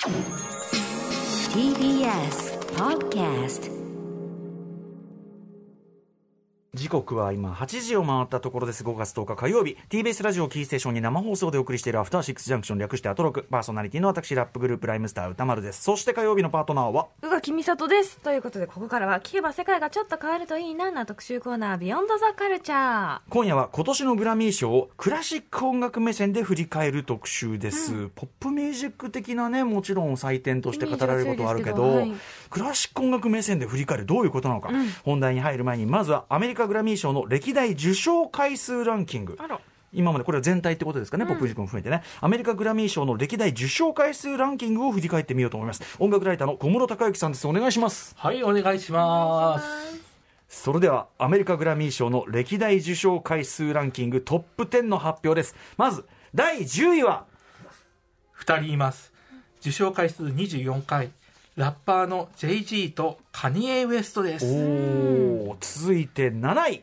TBS Podcast。 時刻は今8時を回ったところです。5月10日火曜日、 TBS ラジオキーステーションに生放送でお送りしているアフターシックスジャンクション、略してアトロク。パーソナリティの私、ラップグループライムスター歌丸です。そして火曜日のパートナーは宇垣美里です。ということで、ここからは聞けば世界がちょっと変わるといいな特集コーナー、ビヨンドザカルチャー。 今夜は今年のグラミー賞をクラシック音楽目線で振り返る特集です、ポップミュージック的なね、もちろん採点として語られることはあるけど、クラシック音楽目線で振り返る、どういうことなのか、本題に入る前にまずはアメリカグラミー賞の歴代受賞回数ランキング。今までこれは全体ってことですかね、ポップミュージックも含めてね。アメリカグラミー賞の歴代受賞回数ランキングを振り返ってみようと思います。音楽ライターの小室孝之さんです。お願いします。 はい、お願いします。 それではアメリカグラミー賞の歴代受賞回数ランキングトップ10の発表です。まず第10位は 2人います。受賞回数24回、ラッパーの JG とカニエ・ウエストです。 続いて7位、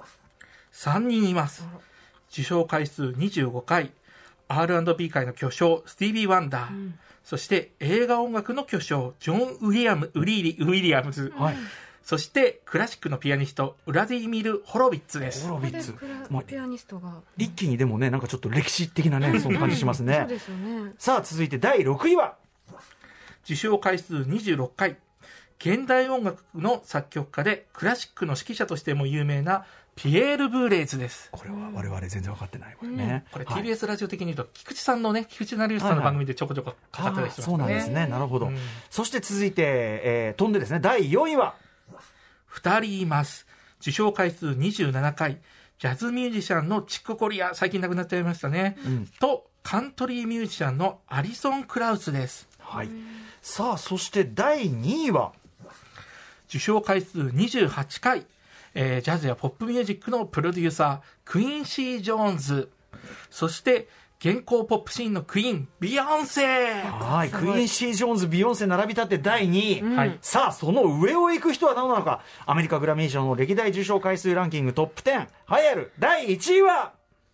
3人います。受賞回数25回、 R&B 界の巨匠スティービー・ワンダー、そして映画音楽の巨匠ジョン・ウィリアムズ、そしてクラシックのピアニストウラディミル・ホロビッツです。 ピアニストが一気にでもね、なんかちょっと歴史的なね、そんな感じしますね。 そうですよね。 さあ続いて第6位は受賞回数26回、現代音楽の作曲家でクラシックの指揮者としても有名なピエール・ブーレーズです。 これは我々全然分かってないこれね、 これ TBS ラジオ的に言うと菊池さんのね、菊池成吉さんの番組でちょこちょこかかったりしてますね。 そうなんですね、なるほど、そして続いて、飛んでですね、第4位は 2人います。受賞回数27回、ジャズミュージシャンのチック・コリア、最近亡くなっちゃいましたね、とカントリーミュージシャンのアリソン・クラウスです。 さあそして第2位は受賞回数28回、ジャズやポップミュージックのプロデューサークインシー・ジョーンズ、そして現行ポップシーンのクイーンビヨンセ。 クイーンシー・ジョーンズ、ビヨンセ並び立って第2位、さあその上を行く人は何なのか。アメリカグラミー賞の歴代受賞回数ランキングトップ10、栄えある第1位は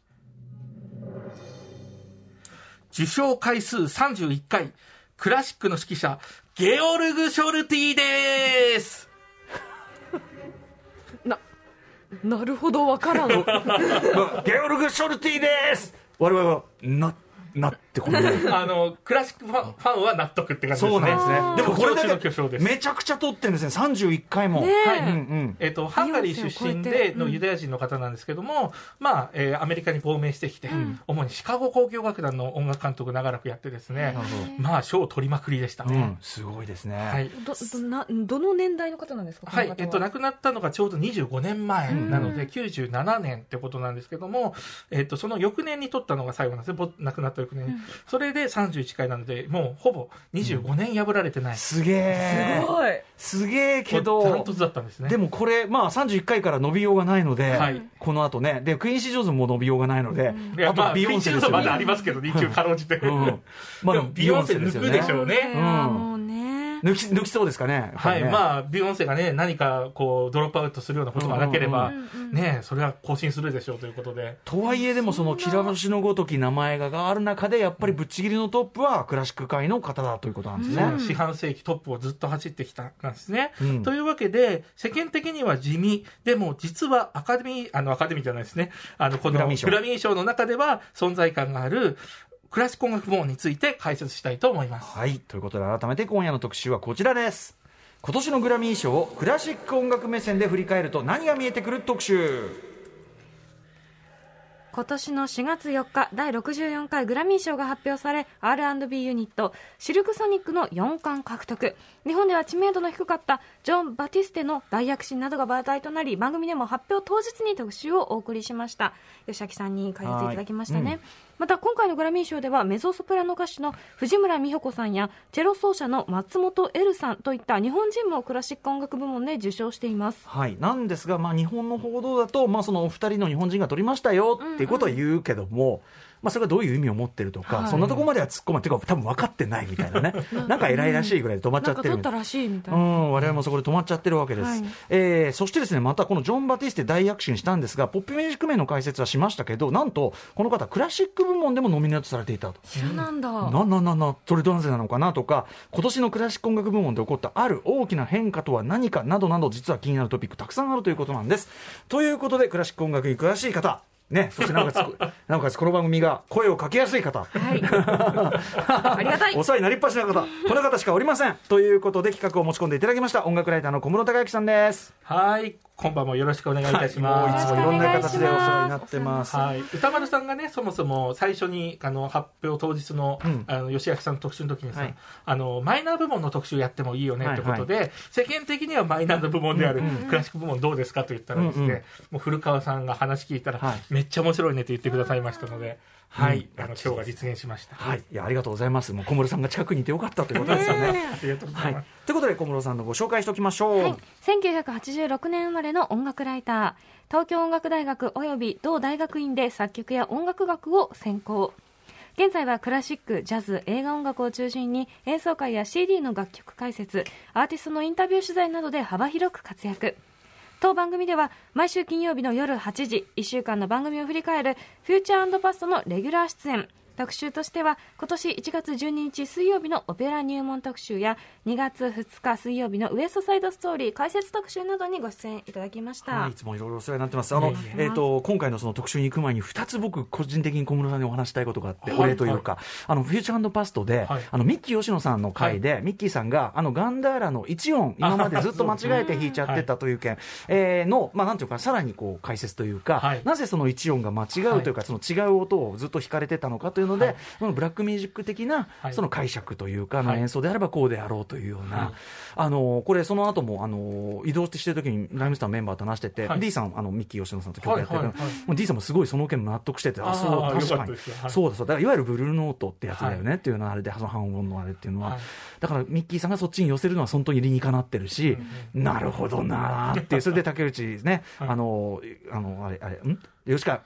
受賞回数31回、クラシックの指揮者ゲオルグ・ショルティです。 なるほど、わからんゲオルグ・ショルティです。我々はなってこれクラシックファンは納得って感じですね。 そうなんですね。でもこれだけめちゃくちゃ取ってるんですね、31回も、 ハンガリー出身でのユダヤ人の方なんですけども、アメリカに亡命してきて、主にシカゴ交響楽団の音楽監督長らくやってですね、賞を取りまくりでしたね、 すごいですね、 どの年代の方なんですか。 亡くなったのがちょうど25年前なので、97年ってことなんですけども、その翌年に取ったのが最後なんですね、亡くなった翌年、それで31回なので、もうほぼ25年破られてない、 すげえけどダントツだったんですね。 でもこれ、31回から伸びようがないので、この後ね、でクイーンシー・ジョーンズも伸びようがないので、あとビヨンセですよね。 まだありますけど、一応かろうじて、でもビヨンセ抜くでしょうね。 抜きそうですかね。 ビヨンセがね、何かこうドロップアウトするようなことがなければ、それは更新するでしょうということで。 とはいえでもそのきら星のごとき名前がある中で、やっぱりぶっちぎりのトップはクラシック界の方だということなんですね。 四半世紀トップをずっと走ってきたんですね。というわけで、世間的には地味でも実はアカデミーじゃないですね、このグラミー賞の中では存在感があるクラシック音楽部門について解説したいと思います。 ということで改めて今夜の特集はこちらです。今年のグラミー賞をクラシック音楽目線で振り返ると何が見えてくる特集。 今年の4月4日第64回グラミー賞が発表され、 R&B ユニットシルクソニックの4冠獲得。日本では知名度の低かったジョン・バティステの大躍進などが話題となり、番組でも発表当日に特集をお送りしました。吉明さんに解説いただきましたね。また今回のグラミー賞ではメゾソプラノ歌手の藤村美穂子さんやチェロ奏者の松本エルさんといった日本人もクラシック音楽部門で受賞しています。 なんですが、日本の報道だと、そのお二人の日本人が取りましたよっていうことは言うけども、 まあ、それがどういう意味を持ってるとか、 はい、 そんなところまでは突っ込まっていうか多分分かってないみたいなねなんか偉いらしいぐらいで止まっちゃってるなんか取ったらしいみたいな、 我々もそこで止まっちゃってるわけです、はい、そしてですねまたこのジョン・バティステ大躍進したんですが、ポップミュージック名の解説はしましたけど、なんとこの方クラシック部門でもノミネートされていたと。 そうなんだ。 それどなぜなのかなとか、今年のクラシック音楽部門で起こったある大きな変化とは何かなどなど、実は気になるトピックたくさんあるということなんです。ということでクラシック音楽に詳しい方ね、そしてなおかつこの番組が声をかけやすい方、 はい、ありがたい。 お世話になりっぱしな方、この方しかおりませんということで企画を持ち込んでいただきました音楽ライターの小室孝之さんです。 はい、今晩もよろしくお願いいたします。 いつもいろんな形でお世話になってます。 はい、歌丸さんがね、そもそも最初に発表当日の、吉明さんの特集の時にさ、マイナー部門の特集やってもいいよねということで、世間的にはマイナーの部門であるクラシック部門どうですかと言ったらですね、もう古川さんが話聞いたら、めっちゃ面白いねと言ってくださいましたので、はい、今日が実現しました。 はい、いやありがとうございます。もう小室さんが近くにいてよかったということですよね。 ありがとうございます。 ということで小室さんのご紹介しておきましょう。はい、 1986年生まれの音楽ライター、東京音楽大学および同大学院で作曲や音楽学を専攻。現在はクラシック、ジャズ、映画音楽を中心に演奏会や CD の楽曲解説、アーティストのインタビュー取材などで幅広く活躍。当番組では毎週金曜日の夜8時、1週間の番組を振り返るフューチャー&パストのレギュラー出演。特集としては今年1月12日水曜日のオペラ入門特集や2月2日水曜日のウエストサイドストーリー解説特集などにご出演いただきました。 はい、いつもいろいろお世話になってます。今回のその特集に行く前に2つ僕個人的に小室さんにお話したいことがあって、お礼というか、フューチャー&パストで、ミッキー吉野さんの回で、ミッキーさんがガンダーラの1音今までずっと間違えて弾いちゃってたという件の、なんていうかさらにこう解説というか、なぜその1音が間違うというか、その違う音をずっと弾かれてたのかというので、そのブラックミュージック的なその解釈というか、演奏であればこうであろうというような、これその後も移動してる時にライムスターのメンバーと話してて、D さんミッキー吉野さんと曲やってるから、D さんもすごいその件納得してて、そう確かにそうだからいわゆるブルーノートってやつだよねっていうのはあれで、その半音のあれっていうのは、だからミッキーさんがそっちに寄せるのは本当に理にかなってるし、なるほどなーっていう。それで竹内ね、吉川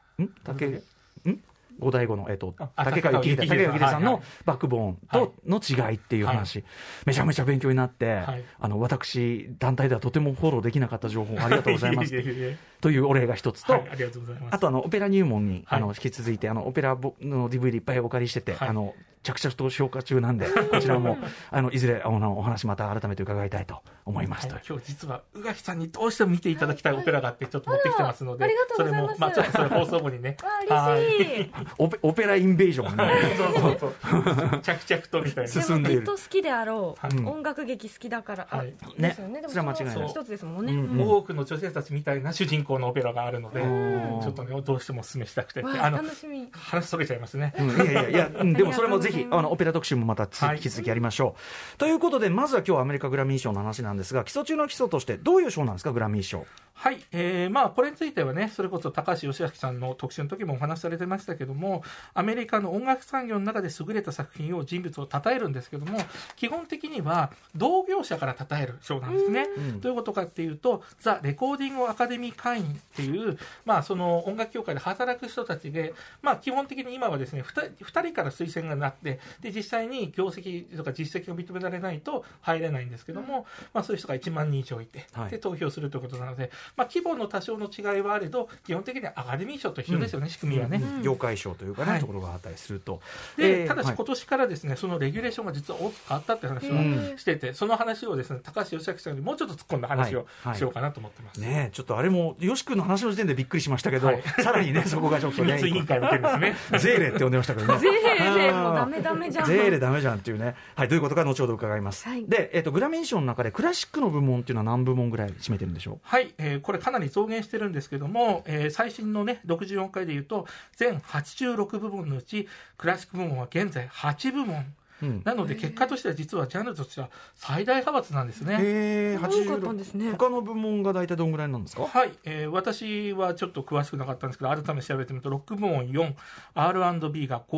五代五の、竹川幸秀さんのバックボーンとの違いっていう話、めちゃめちゃ勉強になって、私団体ではとてもフォローできなかった情報ありがとうございますというお礼が一つと、あとオペラ入門に引き続いてオペラの DVD いっぱいお借りしてて、着々と消化中なんで、こちらもいずれお話また改めて伺いたいと思いますと。 今日実は宇垣さんにどうしても見ていただきたいオペラがあってちょっと持ってきてますので、それもちょっとそれ放送後にね、 嬉しい。 オペラインベージョンね着々とみたいな進んでいる。 きっと好きであろう、音楽劇好きだから、ですよね。でもそれは間違いない。一つですもんね。 多くの女性たちみたいな主人公のオペラがあるので、ちょっとねどうしてもお勧めしたくて、 楽しみ。 話それちゃいますね。 いやでもそれもぜひオペラ特集もまた引き続きやりましょう。ということでまずは今日アメリカグラミー賞の話なんですが、基礎中の基礎としてどういう賞なんですか、グラミー賞。 はい、これについてはね、それこそ高橋義明さんの特集の時もお話しされてましたけども、アメリカの音楽産業の中で優れた作品を人物を称えるんですけども、基本的には同業者から称える賞なんですね。どういうことかっていうと、ザ・レコーディング・アカデミー会員っていう、その音楽協会で働く人たちで、基本的に今はですね 2人から推薦がなって、で実際に業績とか実績が認められないと入れないんですけども、そういう人が1万人以上いて、で投票するということなので、規模の多少の違いはあれど、基本的にはアカデミー賞と一緒ですよね、仕組みはね。 業界賞というかね、ところがあったりすると。 でただし今年からですね、そのレギュレーションが実は大きく変わったって話をしてて、その話をですね、高橋義明さんにもうちょっと突っ込んだ話をしようかなと思ってます。 ね、ちょっとあれもよし君の話の時点でびっくりしましたけど、さらにねそこがちょっとね、 秘密委員会の件ですね。 ゼーレって呼んでましたけどね。 ゼーレもうダメじゃん。 ゼーレダメじゃんっていうね。はい、どういうことか後ほど伺います。で、グラミー賞の中でクラシックの部門っていうのは何部門ぐらい占めてるんでしょう。 はい、これかなり増減してるんですけども、最新のね64回でいうと全86部門のうちクラシック部門は現在8部門。なので結果としては実はジャンルとしては最大派閥なんですね。 他の部門が大体どんぐらいなんですか。 はい、私はちょっと詳しくなかったんですけど、改めて調べてみるとロック部門4、 R&B が5、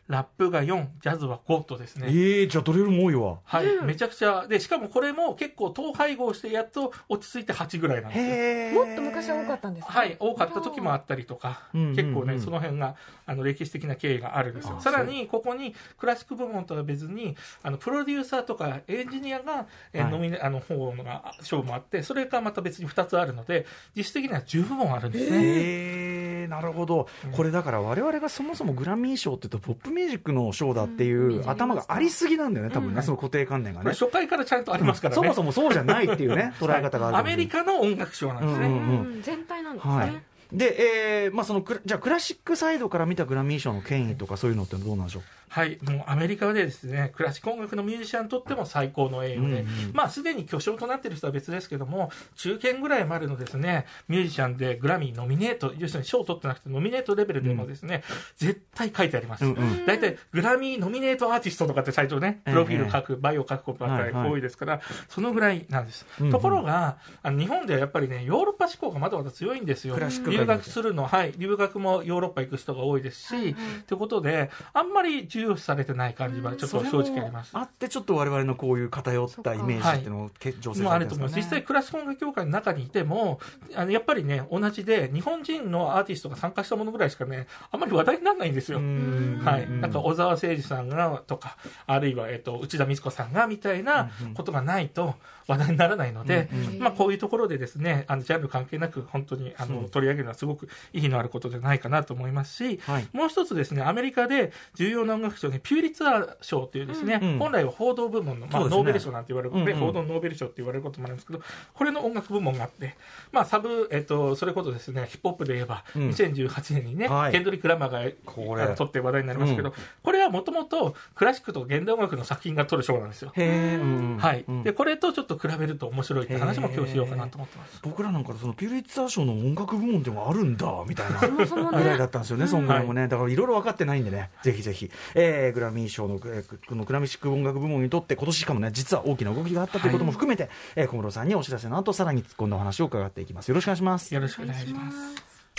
ラップが4、ジャズは5とですね。 じゃあどれよりも多いわ。 はい、めちゃくちゃで、しかもこれも結構統廃合してやっと落ち着いて8ぐらいなんですよ。 もっと昔は多かったんですか？ はい、多かった時もあったりとか、結構ね、その辺が歴史的な経緯があるんですよ。さらにここにクラシック部門とは別にプロデューサーとかエンジニアが、方が賞もあって、それがまた別に2つあるので、実質的には10部門あるんですね。 なるほど。これだから我々がそもそもグラミー賞って言うとポップミュージックの賞だっていう頭がありすぎなんだよね、多分ね、その固定観念がね。 初回からちゃんとありますからね。 そもそもそうじゃないっていうね、捉え方がある。 アメリカの音楽賞なんですね。 全体なんですね。 で、じゃあクラシックサイドから見たグラミー賞の権威とかそういうのってどうなんでしょう？ はい、もうアメリカでですね、クラシック音楽のミュージシャンにとっても最高の栄誉で、すでに巨匠となっている人は別ですけども、中堅ぐらいまでのですね、ミュージシャンでグラミーノミネート、要するに賞を取ってなくてノミネートレベルでもですね、絶対書いてあります。大体グラミーノミネートアーティストとかってサイトね、プロフィール書く、バイオ書くことばっかり多いですから、そのぐらいなんです。ところが、日本ではやっぱりね、ヨーロッパ志向がまだまだ強いんですよ。留学するの、留学もヨーロッパ行く人が多いですし、ということで、あんまり重要視されてない感じはちょっと正直あります。 あってちょっと我々のこういう偏ったイメージっていうのを醸成されてますかね。 あると思います。実際クラシック音楽協会の中にいてもやっぱりね、同じで日本人のアーティストが参加したものぐらいしかね、あんまり話題にならないんですよ。なんか小沢誠二さんがとか、あるいは内田光子さんがみたいなことがないと話題にならないので、こういうところでですね、ジャンル関係なく本当に取り上げるのはすごく意義のあることじゃないかなと思いますし、もう一つですね、アメリカで重要な音楽賞にピューリッツァー賞というですね、本来は報道部門の、ノーベル賞なんて言われることで、報道のノーベル賞って言われることもあるんですけど、これの音楽部門があって、それこそですね、ヒップホップで言えば、2018年にね、ケンドリック・ラマーが取って話題になりますけど、これはもともとクラシックと現代音楽の作品が取る賞なんですよ。でこれとちょっと比べると面白いって話も今日しようかなと思ってます。 僕らなんかそのピューリッツァー賞の音楽部門でもあるんだみたいなぐらいだったんですよね、そんぐらいもね。だからいろいろ分かってないんでね、ぜひぜひ、グラミー賞のクラシック音楽部門にとって今年しかもね、実は大きな動きがあったということも含めて、小室さんにお知らせの後さらに突っ込んだお話を伺っていきます。よろしくお願いします。 よろしくお願いします。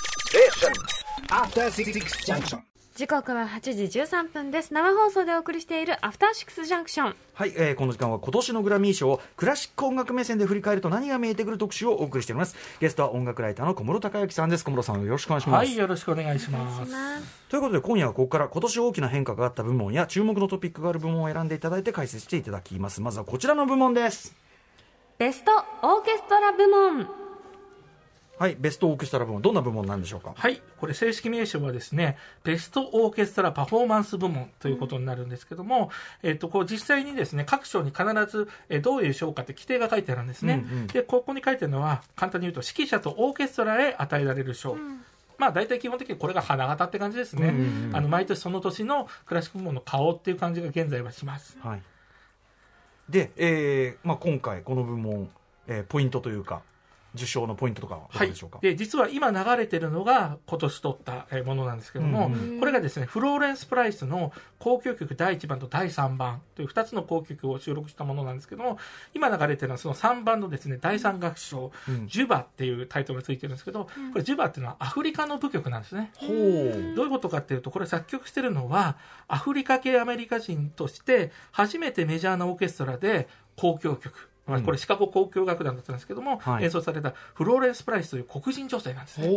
時刻は8時13分です。生放送でお送りしているアフターシックスジャンクション。 はい、この時間は今年のグラミー賞をクラシック音楽目線で振り返ると何が見えてくる特集をお送りしております。ゲストは音楽ライターの小室孝之さんです。小室さん、よろしくお願いします。 はい、よろしくお願いします。 ということで今夜はここから今年大きな変化があった部門や注目のトピックがある部門を選んでいただいて解説していただきます。まずはこちらの部門です。 ベストオーケストラ部門。 はい、ベストオーケストラ部門、どんな部門なんでしょうか。 はい、これ正式名称はですね、ベストオーケストラパフォーマンス部門ということになるんですけども、こう実際にですね、各賞に必ずどういう賞かって規定が書いてあるんですね。で、ここに書いてあるのは簡単に言うと指揮者とオーケストラへ与えられる賞。大体基本的にこれが花形って感じですね。毎年その年のクラシック部門の顔っていう感じが現在はします。 はい。で、今回この部門、ポイントというか受賞のポイントとかはどうでしょうか。 で実は今流れてるのが今年取ったものなんですけども、これがですね、フローレンス・プライスの交響曲第1番と第3番という2つの交響曲を収録したものなんですけども、今流れてるのはその3番のですね、第3楽章、ジュバっていうタイトルがついてるんですけど、これジュバっていうのはアフリカの舞曲なんですね。どういうことかっていうと、これ作曲してるのはアフリカ系アメリカ人として初めてメジャーなオーケストラで交響曲、これシカゴ交響楽団だったんですけども、演奏されたフローレンス・プライスという黒人女性なんですね。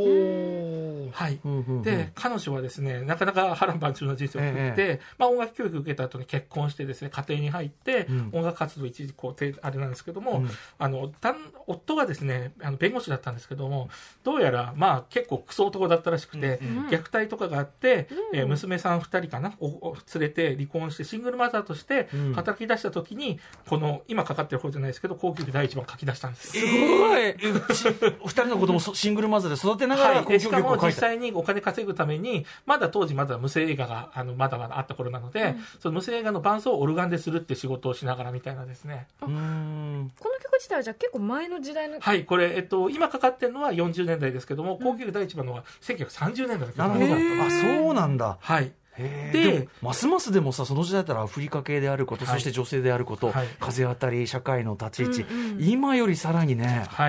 で彼女はですね、なかなか波乱万丈な人生を送って、音楽教育を受けた後に結婚してですね、家庭に入って、音楽活動一時あれなんですけども、夫がですね、弁護士だったんですけども、どうやら結構クソ男だったらしくて、虐待とかがあって、娘さん2人かなを連れて離婚してシングルマザーとして働き出した時に、この今かかってる方じゃないですけど、交響曲第1番書き出したんです。 すごい。 2人の子供シングルマザーで育てながら交響曲を書いた。 しかも実際にお金稼ぐために、当時まだ無声映画がまだまだあった頃なので、その無声映画の伴奏をオルガンでするって仕事をしながらみたいなですね。 この曲自体はじゃあ結構前の時代の。 はい、これ今かかってるのは40年代ですけども、交響曲第1番のは1930年代だった。 なるほど。そうなんだ。 はい。 でますますでもさ、その時代だったらアフリカ系であること、そして女性であること、風当たり社会の立ち位置、今よりさらにね。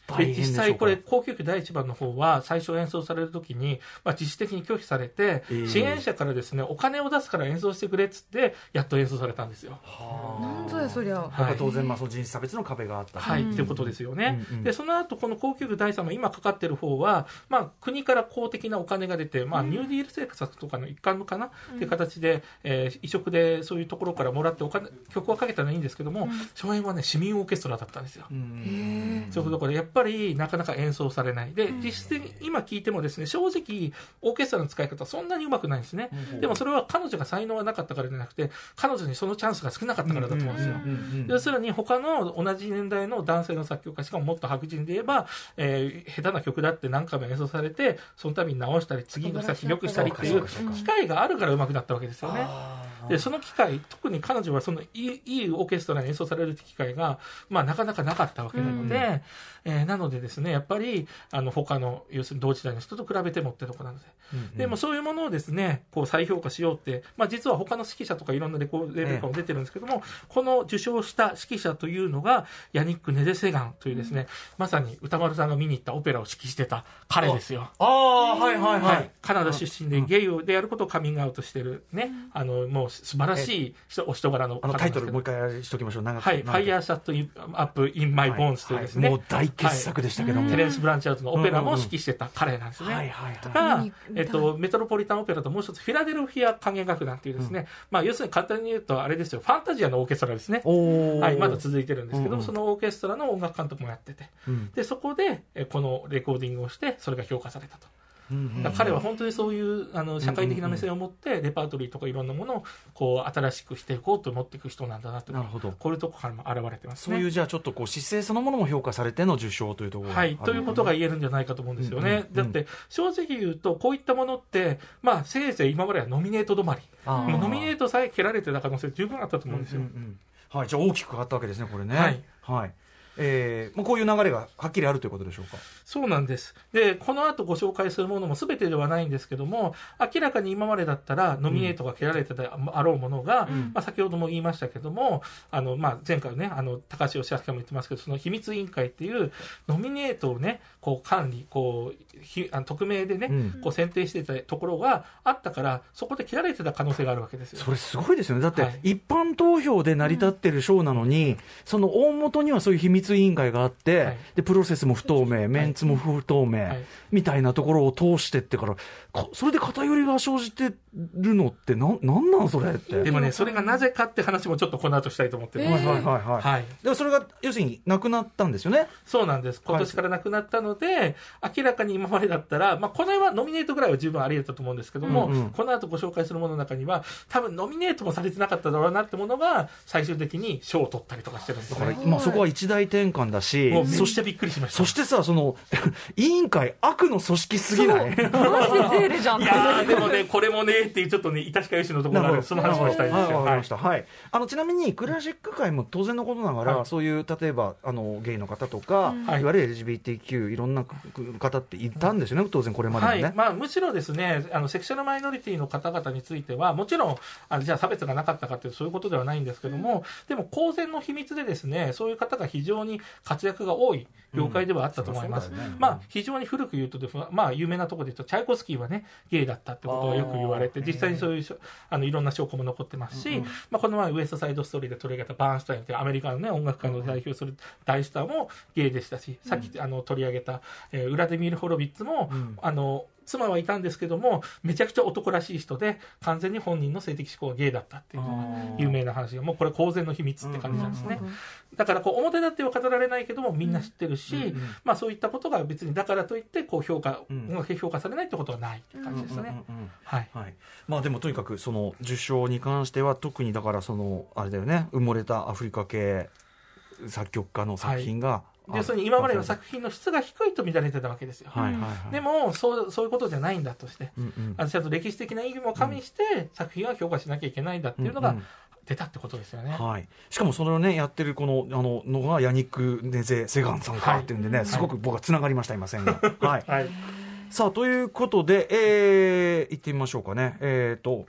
で実際これ交響曲第1番の方は最初演奏されるときに、自主的に拒否されて、支援者からですねお金を出すから演奏してくれっつってやっと演奏されたんですよ。 なんぞやそりゃ、 やっぱ当然その人種差別の壁があった、 はいっていうことですよね。でその後この交響曲第3番今かかってる方は、国から公的なお金が出て、ニューディール政策とかの一環のかな、っていう形で、移植でそういうところからもらって曲はかけたらいいんですけども、初演はね市民オーケストラだったんですよ。そういうところでやっぱりなかなか演奏されないで、実質的に今聞いてもですね正直オーケストラの使い方はそんなにうまくないんですね。でもそれは彼女が才能がなかったからじゃなくて、彼女にそのチャンスが少なかったからだと思うんですよ。要するに他の同じ年代の男性の作曲家、しかももっと白人で言えば、下手な曲だって何回も演奏されて、その度に直したり次の先良くしたりっていう機会があるから上手くなったわけですよね。でその機会、特に彼女はそのいいオーケストラに演奏される機会が、なかなかなかったわけなので、なのでですねやっぱり他の要するに同時代の人と比べてもってところなので、でもそういうものをですねこう再評価しようって、実は他の指揮者とかいろんなレベルも出てるんですけども、この受賞した指揮者というのがヤニック・ネデセガンというですね、まさに歌丸さんが見に行ったオペラを指揮してた彼ですよ。カナダ出身でゲイでやることをカミングアウトしてるね、もう素晴らしいお人柄のタイトルもう一回しときましょう。 ファイヤーシャットアップインマイボーンズというですね、 もう大傑作でしたけども、 テレンス・ブランチャーズのオペラも指揮してた彼なんですね。メトロポリタンオペラともう一つフィラデルフィア管弦楽団っていうですね、要するに簡単に言うとあれですよ、ファンタジアのオーケストラですね。まだ続いてるんですけど、そのオーケストラの音楽監督もやってて、でそこでこのレコーディングをしてそれが評価されたと。彼は本当にそういう社会的な目線を持ってレパートリーとかいろんなものをこう新しくしていこうと思っていく人なんだなと。 なるほど。 こういうところからも現れてますね。 そういうじゃあちょっとこう姿勢そのものも評価されての受賞というところがある、 ということが言えるんじゃないかと思うんですよね。だって正直言うとこういったものってせいぜい今まではノミネート止まり、ノミネートさえ蹴られてた可能性十分あったと思うんですよ。 じゃあ大きく変わったわけですねこれね。こういう流れがはっきりあるということでしょうか。 そうなんです。でこの後ご紹介するものも全てではないんですけども、明らかに今までだったらノミネートが蹴られてたあろうものが、先ほども言いましたけども前回ね高橋義明も言ってますけど、その秘密委員会っていうノミネートをねこう管理匿名でね、こう選定してたところがあったから、そこで蹴られてた可能性があるわけですよ。 それすごいですよね。だって、一般投票で成り立ってる賞なのに、その大元にはそういう秘密委員会があって、でプロセスも不透明、メンツも不透明、みたいなところを通してってからそれで偏りが生じてるのってなんなんそれって。 でもねそれがなぜかって話もちょっとこの後したいと思ってるんです。 でもそれが要するになくなったんですよね。 そうなんです。今年からなくなったので、明らかに今までだったら、この辺はノミネートぐらいは十分あり得たと思うんですけども、この後ご紹介するものの中には多分ノミネートもされてなかっただろうなってものが最終的に賞を取ったりとかしてるんですよね。 今そこは一大転換だし、 もうめっちゃびっくりしました。 そしてさ、その委員会悪の組織すぎない？ マジでゼールじゃん。 いやでもねこれもねっていうちょっとね致しかゆしのところがある。その話もしたいんですよ。 わかりました。ちなみにクラシック界も当然のことながら、そういう例えばゲイの方とか、いわゆる LGBTQ いろんな方っていたんですよね、当然これまでもね。 むしろですねセクシャルマイノリティの方々についてはもちろんじゃあ差別がなかったかっていうそういうことではないんですけども、でも公然の秘密でですねそういう方が非常に活躍が多い業界ではあったと思います。非常に古く言うと有名なところで言うとチャイコフスキーはねゲイだったってことがよく言われて、実際にそういういろんな証拠も残ってますし、この前ウエストサイドストーリーで取り上げたバーンスタインというアメリカのね音楽家の代表する大スターもゲイでしたし、さっき取り上げたウラデミール・ホロビッツも妻はいたんですけどもめちゃくちゃ男らしい人で完全に本人の性的指向がゲイだったっていうのが有名な話がもうこれ公然の秘密って感じなんですね。だからこう表立っては語られないけどもみんな知ってるし、そういったことが別にだからといってこう評価されないってことはないって感じですね。 でもとにかくその受賞に関しては特にだからそのあれだよね、埋もれたアフリカ系作曲家の作品が、 要するに今までの作品の質が低いと見られてたわけですよ。でもそういうことじゃないんだとして、ちゃんと歴史的な意義も加味して作品は評価しなきゃいけないんだっていうのが出たってことですよね。 しかもそれをねやってるこのがヤニック・ネゼ・セガンさんかっていうんでね、すごく僕はつながりました今線が。さあということで、行ってみましょうかね。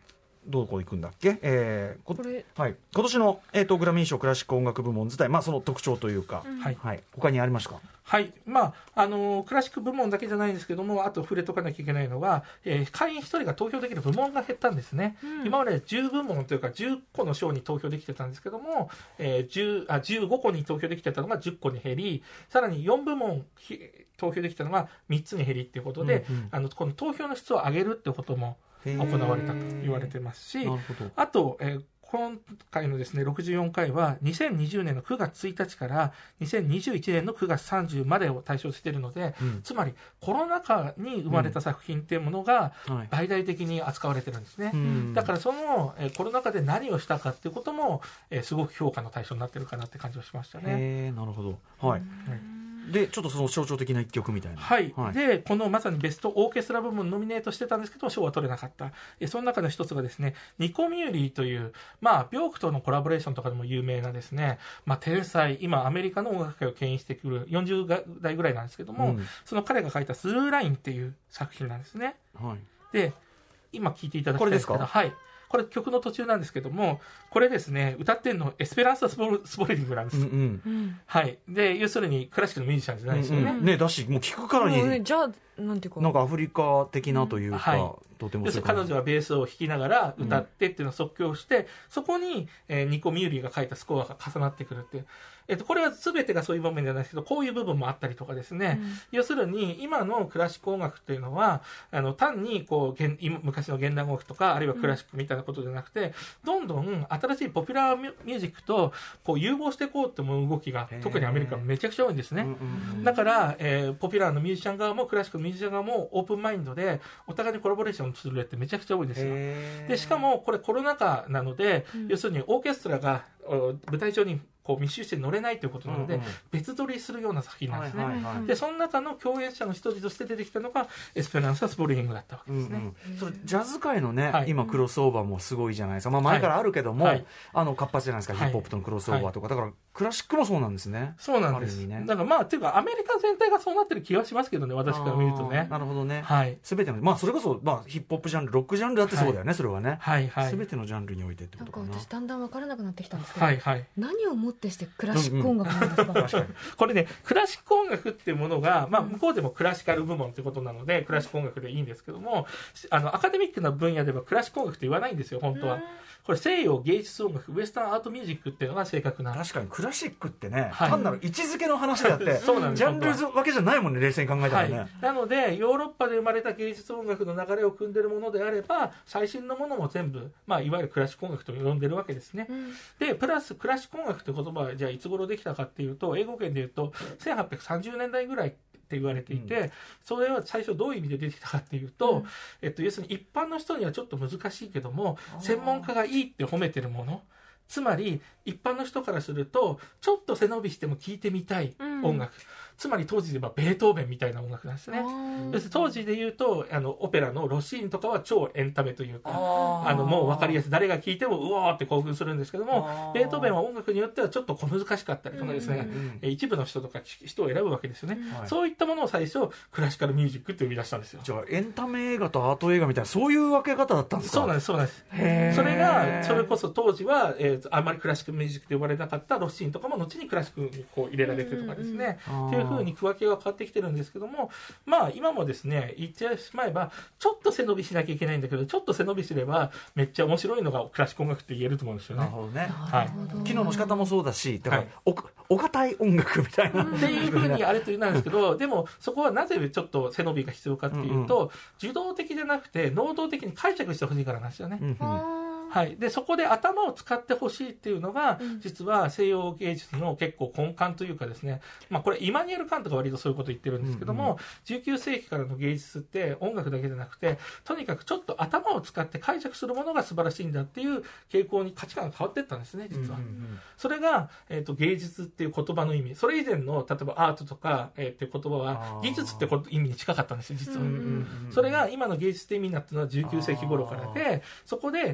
どこ行くんだっけ、 これはい、今年の、グラミー賞クラシック音楽部門自体、その特徴というか、 はいはい、他にありますか？ はい。クラシック部門だけじゃないんですけども、あと触れとかなきゃいけないのは、会員1人が投票できる部門が減ったんですね。今まで10部門というか10個の賞に投票できてたんですけども、15個に投票できてたのが10個に減り、さらに4部門投票できたのが3つに減りっていうことで、この投票の質を上げるってことも行われたと言われてますし、あと、今回のですね、64回は2020年の9月1日から2021年の9月30までを対象しているので、つまりコロナ禍に生まれた作品っていうものが大々的に扱われてるんですね。だからそのコロナ禍で何をしたかっていうこともすごく評価の対象になってるかなって感じがしましたね。 なるほど。はい。でちょっとその象徴的な一曲みたいな、 はいはい、でこのまさにベストオーケストラ部門ノミネートしてたんですけど賞は取れなかった。その中の一つがですね、ニコ・ミューリーという、ビョークとのコラボレーションとかでも有名なですね、天才、今アメリカの音楽界を牽引してくる40代ぐらいなんですけども、その彼が書いたスルーラインっていう作品なんですね、はい、で今聴いていただきたいんですけど、はい、これ曲の途中なんですけども、これですね、歌ってるのエスペランサ・スボルディングなんです、はい、で要するにクラシックのミュージシャンじゃないですよね、 ねだしもう聞くからにじゃあなんていうかなんかアフリカ的なというか、はい、とても彼女はベースを弾きながら歌ってっていうのを即興して、そこに、ニコ・ミューリーが書いたスコアが重なってくるっていう、これは全てがそういう場面じゃないですけど、こういう部分もあったりとかですね、要するに今のクラシック音楽っていうのは単にこう昔の現代音楽とかあるいはクラシックみたいなことじゃなくて、どんどん新しいポピュラーミュージックとこう融合していこうって思う動きが特にアメリカはめちゃくちゃ多いんですね。だから、ポピュラーのミュージシャン側もクラシックのミュージシャン側もオープンマインドでお互いにコラボレーションする例ってめちゃくちゃ多いんですよ。でしかもこれコロナ禍なので、要するにオーケストラが舞台上にこう密集して乗れないということなので、別撮りするような作品なんですね、でその中の共演者の一人として出てきたのがエスペランサ・スボルディングだったわけですね、 それジャズ界のね、今クロスオーバーもすごいじゃないですか、前からあるけども、活発じゃないですか、ヒップホップとのクロスオーバーとか、だからクラシックもそうなんですね。 そうなんです、ね、だからっていうかアメリカ全体がそうなってる気はしますけどね、私から見るとね。 なるほどね、 はい、 全ての、それこそ、ヒップホップジャンルロックジャンルだってそうだよね、それはね、全てのジャンルにおいてってことかな。 なんか私だんだん分からなくなってきたんですけど、何をもってしてクラシック音楽なんですか？ 確かにこれね、クラシック音楽っていうものが、向こうでもクラシカル部門ってことなのでクラシック音楽でいいんですけども、アカデミックな分野ではクラシック音楽って言わないんですよ本当は。これ西洋芸術音楽、ウエスタンアートミュージックっていうのが正確な。 確かにクラシックってね、単なる位置づけの話であってジャンルわけじゃないもんね、冷静に考えたらね、 なのでヨーロッパで生まれた芸術音楽の流れを組んでるものであれば、最新のものも全部、いわゆるクラシック音楽と呼んでるわけですね、でプラスクラシック音楽って言葉はじゃあいつ頃できたかっていうと、英語圏で言うと1830年代ぐらいって言われていて、それは最初どういう意味で出てきたかっていうと、要するに一般の人にはちょっと難しいけども専門家がいいって褒めてるもの、つまり一般の人からするとちょっと背伸びしても聴いてみたい音楽、つまり当時で言えばベートーベンみたいな音楽なんですね。当時で言うとオペラのロシーニとかは超エンタメというか、もう分かりやすい、誰が聴いてもうわーって興奮するんですけども、ベートーベンは音楽によってはちょっと小難しかったりとかですね、一部の人とか人を選ぶわけですよね、そういったものを最初クラシカルミュージックって生み出したんですよ。 じゃあエンタメ映画とアート映画みたいなそういう分け方だったんですか？ そうなんです、そうなんです。それがそれこそ当時は、あんまりクラシックミュージックと呼ばれなかったロシーニとかも後にクラシックにこう入れられてとかですね、っていう風に区分けが変わってきてるんですけども、今もですね言ってしまえばちょっと背伸びしなきゃいけないんだけど、ちょっと背伸びすればめっちゃ面白いのがクラシック音楽って言えると思うんですよね。 なるほどね、機能の仕方もそうだし、だから、お堅い音楽みたいなっていう風にあれというなんですけど、でもそこはなぜちょっと背伸びが必要かっていうと、受動的じゃなくて能動的に解釈してほしいからなんですよね。でそこで頭を使ってほしいっていうのが、実は西洋芸術の結構根幹というかですね、これイマニュエル・カントが割とそういうことを言ってるんですけども、19世紀からの芸術って音楽だけじゃなくて、とにかくちょっと頭を使って解釈するものが素晴らしいんだっていう傾向に価値観が変わっていったんですね、実は。それが、芸術っていう言葉の意味、それ以前の例えばアートとか、っていう言葉は技術って意味に近かったんですよ、実は。それが今の芸術って意味になったのは19世紀頃からで、そこで能動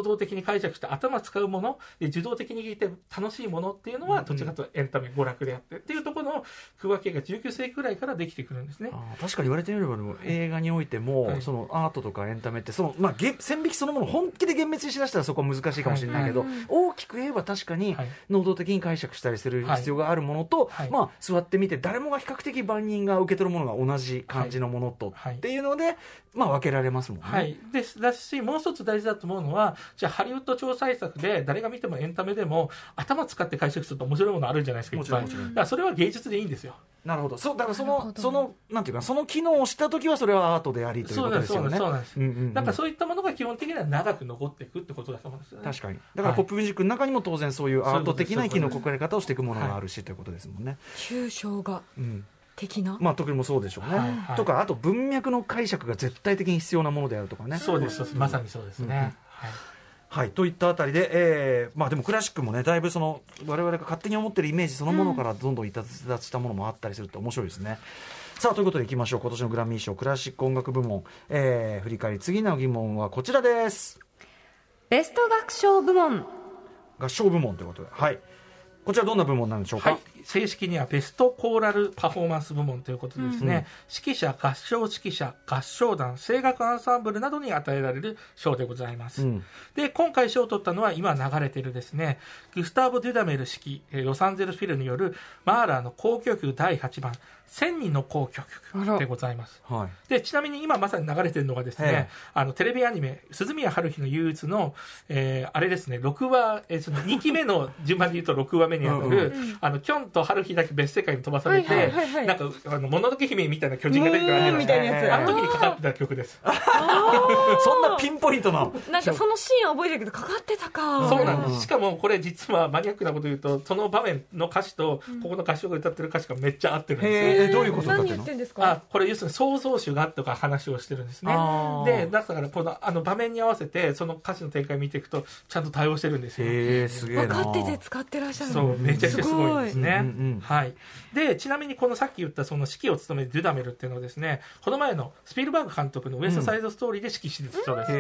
動的に解釈して頭使うもので受動的に聴いて楽しいものっていうのはどちらかというとエンタメ娯楽であってっていうところの区分けが19世紀くらいからできてくるんですね。 確かに言われてみれば映画においても、そのアートとかエンタメって線引きそのもの本気で厳密にしだしたらそこは難しいかもしれないけど、大きく言えば確かに能動的に解釈したりする必要があるものと、座ってみて誰もが比較的万人が受け取るものが同じ感じのものと、っていうので、分けられますもんね。 だしもう一つ大事だと思うのは、じゃあハリウッド超大作で誰が見てもエンタメでも頭使って解釈すると面白いものあるじゃないですか。いっぱい。だからそれは芸術でいいんですよ。 なるほど。だからそのなんていうか、その機能をしたときはそれはアートでありということですよね。 そうなんです。だからそういったものが基本的には長く残っていくってことだと思うんですよね。 確かに。だからポップミュージックの中にも当然そういうアート的な生き残り方をしていくものがあるしということですもんね。 抽象画的な。 特にもそうでしょうね。とかあと文脈の解釈が絶対的に必要なものであるとかね。 そうです。まさにそうですね。 といったあたりで、でもクラシックもねだいぶその我々が勝手に思ってるイメージそのものからどんどん逸脱したものもあったりするって面白いですね。さあということでいきましょう。今年のグラミー賞クラシック音楽部門、振り返り次の疑問はこちらです。 ベスト楽章部門ということで、こちらどんな部門なんでしょうか。 正式にはベストコーラルパフォーマンス部門ということでですね、指揮者、合唱指揮者、合唱団、声楽アンサンブルなどに与えられる賞でございます。で、今回賞を取ったのは今流れているですね、グスターボ・デュダメル指揮、ロサンゼルスフィルによるマーラーの交響曲第8番、1000人の交響曲でございます。で、ちなみに今まさに流れているのがですね、テレビアニメ、鈴宮春日の憂鬱の、あれですね、6話、その2期目の順番で言うと6話目にあたる、キョンと春日だけ別世界に飛ばされて、なんか、もののけ姫みたいな巨人が出てくるあるじゃないですか。あの時にかかってた曲です。 そんなピンポイントな。 なんかそのシーンは覚えてるけど、かかってたか。 そうなんです。しかもこれ実はマニアックなこと言うと、その場面の歌詞と、ここの合唱が歌ってる歌詞がめっちゃ合ってるんですよ。 どういうことだって何言ってんですか。 これ要するに創造主がとか話をしてるんですね。で、だからこの場面に合わせてその歌詞の展開を見ていくとちゃんと対応してるんですよ。 すげえな。 分かってて使ってらっしゃる。 そう、めちゃくちゃすごいですね。で、ちなみにこのさっき言ったその指揮を務めるデュダメルっていうのはですね、この前のスピルバーグ監督のウエストサイドストーリーで指揮してる人です。